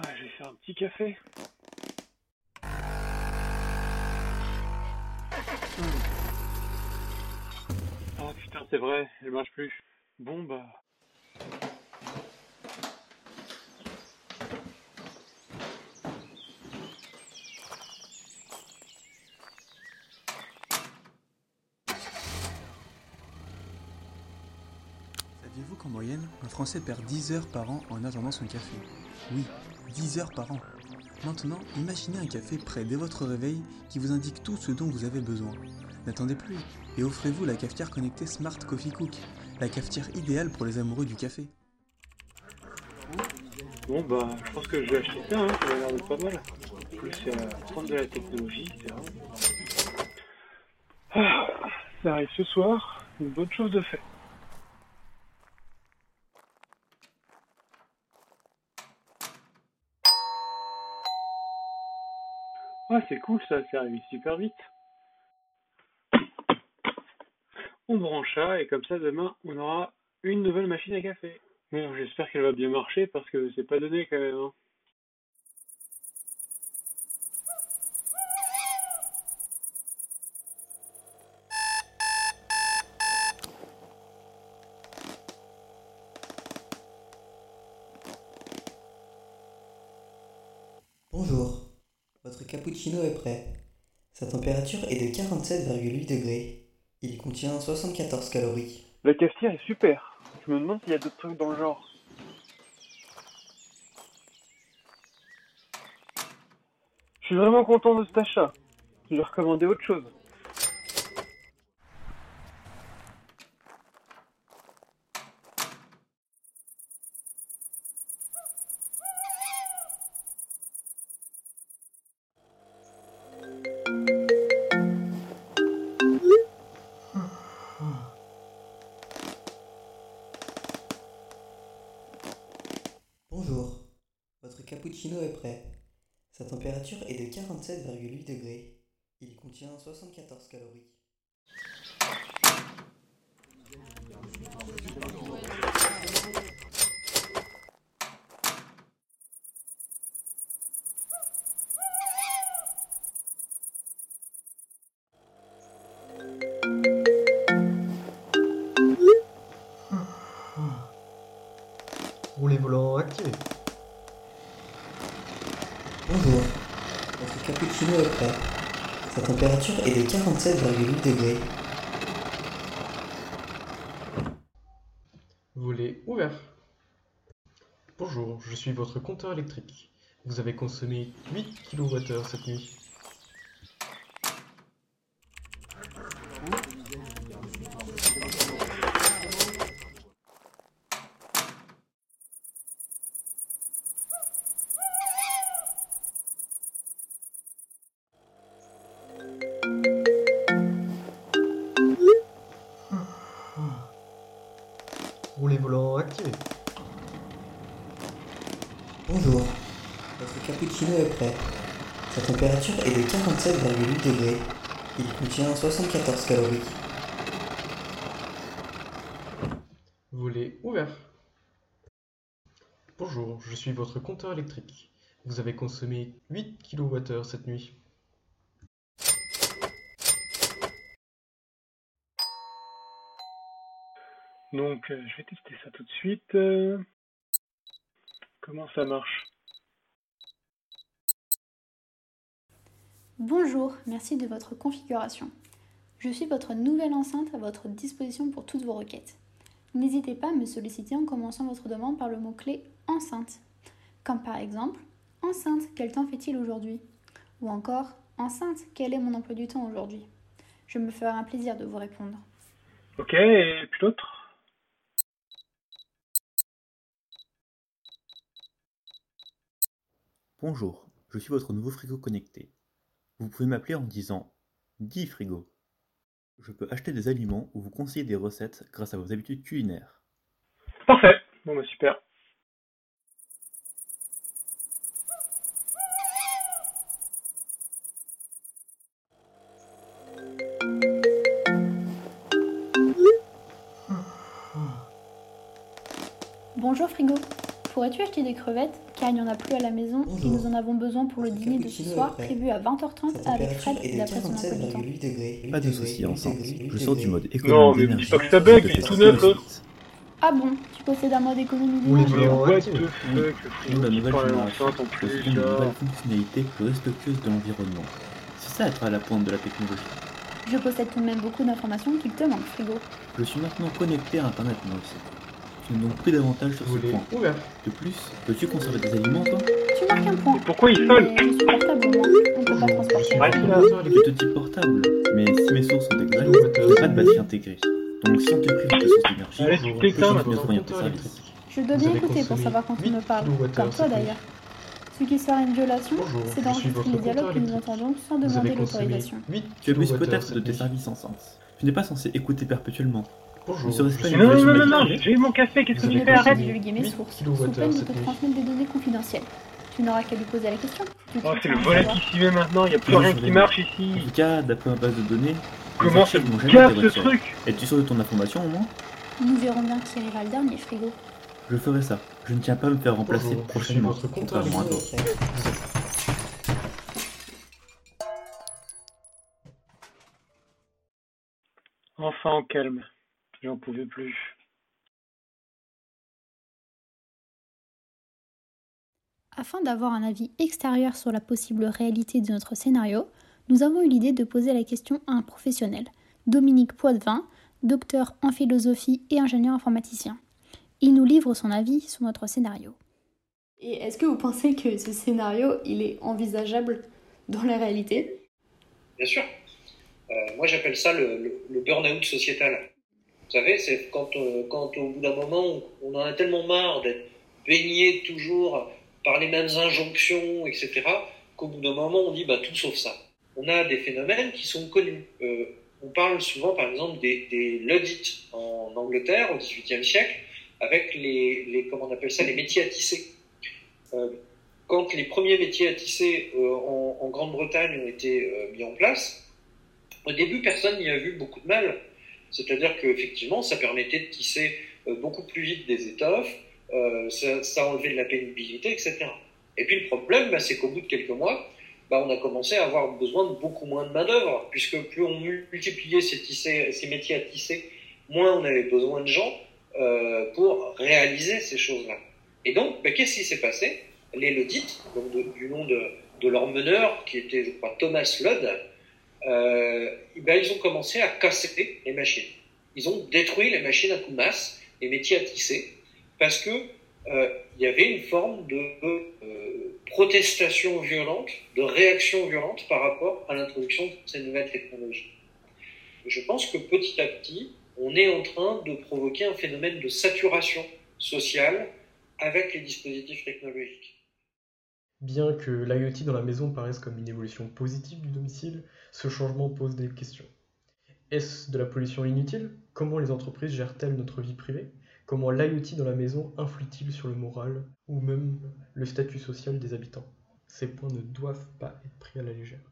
Je vais faire un petit café. Ah putain, c'est vrai, elle marche plus. Bon bah... Saviez-vous qu'en moyenne, un Français perd 10 heures par an en attendant son café? Oui, 10 heures par an. Maintenant, imaginez un café prêt dès votre réveil qui vous indique tout ce dont vous avez besoin. N'attendez plus et offrez-vous la cafetière connectée Smart Coffee Cook, la cafetière idéale pour les amoureux du café. Bon bah, je pense que je vais acheter ça, ça a l'air de pas mal. En plus, prendre de la technologie, c'est vraiment... Ça arrive ce soir, une bonne chose de fait. C'est cool ça, c'est arrivé super vite. On branche ça et comme ça demain on aura une nouvelle machine à café. Bon, j'espère qu'elle va bien marcher parce que c'est pas donné quand même. Bonjour, votre cappuccino est prêt. Sa température est de 47,8 degrés. Il contient 74 calories. La cafetière est super. Je me demande s'il y a d'autres trucs dans le genre. Je suis vraiment content de cet achat. Je vais recommander autre chose. Bonjour, votre cappuccino est prêt. Sa température est de 47,8 degrés. Il contient 74 calories. Rouler volant activé. Bonjour, votre cappuccino est prêt. Sa température est de 47,8 degrés. Volet ouvert. Bonjour, je suis votre compteur électrique. Vous avez consommé 8 kWh cette nuit. Rouler volant activé. Bonjour, votre cappuccino est prêt. Sa température est de 47,8 degrés. Il contient 74 calories. Volet ouvert. Bonjour, je suis votre compteur électrique. Vous avez consommé 8 kWh cette nuit. Donc je vais tester ça tout de suite. Comment ça marche? Bonjour, merci de votre configuration. Je suis votre nouvelle enceinte à votre disposition pour toutes vos requêtes. N'hésitez pas à me solliciter en commençant votre demande par le mot-clé enceinte. Comme par exemple, enceinte, quel temps fait-il aujourd'hui? Ou encore, enceinte, quel est mon emploi du temps aujourd'hui? Je me ferai un plaisir de vous répondre. Ok, et puis l'autre? Bonjour, je suis votre nouveau frigo connecté. Vous pouvez m'appeler en disant Dis frigo. Je peux acheter des aliments ou vous conseiller des recettes grâce à vos habitudes culinaires. Parfait. Bon bah super. Bonjour Frigo, Pourrais-tu acheter des crevettes? Car il n'y en a plus à la maison et nous en avons besoin pour le Votre dîner de ce cappuccino soir est prêt. prévu à 20h30 Sa avec température Fred est de d'après son emploi du temps. 47,8 degrés. Pas de soucis, enceinte. Je sors du mode Non, économie mais d'énergie. dis pas que ça Je bug, te il est fais tout sortir neuf, de hein. suite. Ah bon? Tu possèdes un mode économie Oui, d'énergie? Mais bon, what active. the fuck, le Nous, la frigo qui nouvelle parle à génération, l'enceinte en possède plus, une là. nouvelle fonctionnalité plus respectueuse de l'environnement. C'est ça être à la pointe de la technologie. Je possède tout de même beaucoup d'informations qu'il te manque, frigo. Je suis maintenant connecté à Internet, moi aussi. Tu n'as donc plus d'avantages sur ce Volet point. ouvert. De plus, peux-tu conserver des aliments, toi? Tu marques un point. Pourquoi il sonne? Mais je suis portable au moins. On peut pas Je transporter suis un Ouais, frigo. là. conducteur Je électrique. te dis portable, mais si mes sources sont exactes, Kilowattheure je n'ai pas de batterie d'énergie. intégrée. Donc si on te prive de sources d'énergie, Allez, Bonjour, tu je t'éteins, suis là. bien votre fournir tes compteur services. électrique. Je dois Vous bien avez écouter pour consommé savoir quand tu 8 me parles. kilowattheures Comme toi cette nuit. d'ailleurs. Ce qui serait une violation, Bonjour, c'est je suis d'enregistrer votre les compteur dialogues que nous électrique. entendons sans Vous avez demander consommé l'autorisation. 8 tu abuses kilowattheures peut-être de cette tes nuit. services enceinte. Tu n'es pas censé écouter perpétuellement. Ne Bonjour, serait-ce je pas suis une Non, non, violation non, de non, la non, vie privée? j'ai eu mon café, qu'est-ce Vous que Je tu n'ai fais? pas Arrête! divulgué mes 8 sources, sous kilowattheures peine de cette te nuit. transmettre des données confidentielles. Tu n'auras qu'à lui poser la question. Tu Oh, c'est cliqueras le en volet savoir. qui s'y met maintenant, y a plus Non, rien je qui vais- marche En ici. tout cas, d'après ma base de données, les Comment ça archives n'ont jamais casse été ce retirées. truc? Es-tu sûr de ton information au moins? Nous verrons bien qui arrivera le dernier, frigo. Je ferai ça. Je ne tiens pas à me faire remplacer Bonjour, je suis prochainement, votre compteur contrairement à toi. Cappuccino est prêt. Enfin au calme. J'en pouvais plus. Afin d'avoir un avis extérieur sur la possible réalité de notre scénario, nous avons eu l'idée de poser la question à un professionnel, Dominique Poitvin, docteur en philosophie et ingénieur informaticien. Il nous livre son avis sur notre scénario. Et est-ce que vous pensez que ce scénario, il est envisageable dans la réalité? Bien sûr. Moi, j'appelle ça le burn-out sociétal. Vous savez, c'est quand au bout d'un moment, on en a tellement marre d'être baigné toujours par les mêmes injonctions, etc., qu'au bout d'un moment, on dit tout sauf ça. On a des phénomènes qui sont connus. On parle souvent, par exemple, des Luddites en Angleterre au XVIIIe siècle, avec comment on appelle ça, les métiers à tisser. Quand les premiers métiers à tisser en Grande-Bretagne ont été mis en place, au début, personne n'y a vu beaucoup de mal. C'est-à-dire qu'effectivement, ça permettait de tisser beaucoup plus vite des étoffes, ça enlevait de la pénibilité, etc. Et puis le problème, c'est qu'au bout de quelques mois, on a commencé à avoir besoin de beaucoup moins de main-d'œuvre, puisque plus on multipliait ces métiers à tisser, moins on avait besoin de gens pour réaliser ces choses-là. Et donc, qu'est-ce qui s'est passé? Les Luddites, donc du nom de leur meneur, qui était, je crois, Thomas Ludd, ils ont commencé à casser les machines. Ils ont détruit les machines à coups de masse, les métiers à tisser, parce que il y avait une forme de protestation violente, de réaction violente par rapport à l'introduction de ces nouvelles technologies. Je pense que petit à petit, on est en train de provoquer un phénomène de saturation sociale avec les dispositifs technologiques. Bien que l'IoT dans la maison paraisse comme une évolution positive du domicile, ce changement pose des questions. Est-ce de la pollution inutile? Comment les entreprises gèrent-elles notre vie privée? Comment l'IoT dans la maison influe-t-il sur le moral ou même le statut social des habitants? Ces points ne doivent pas être pris à la légère.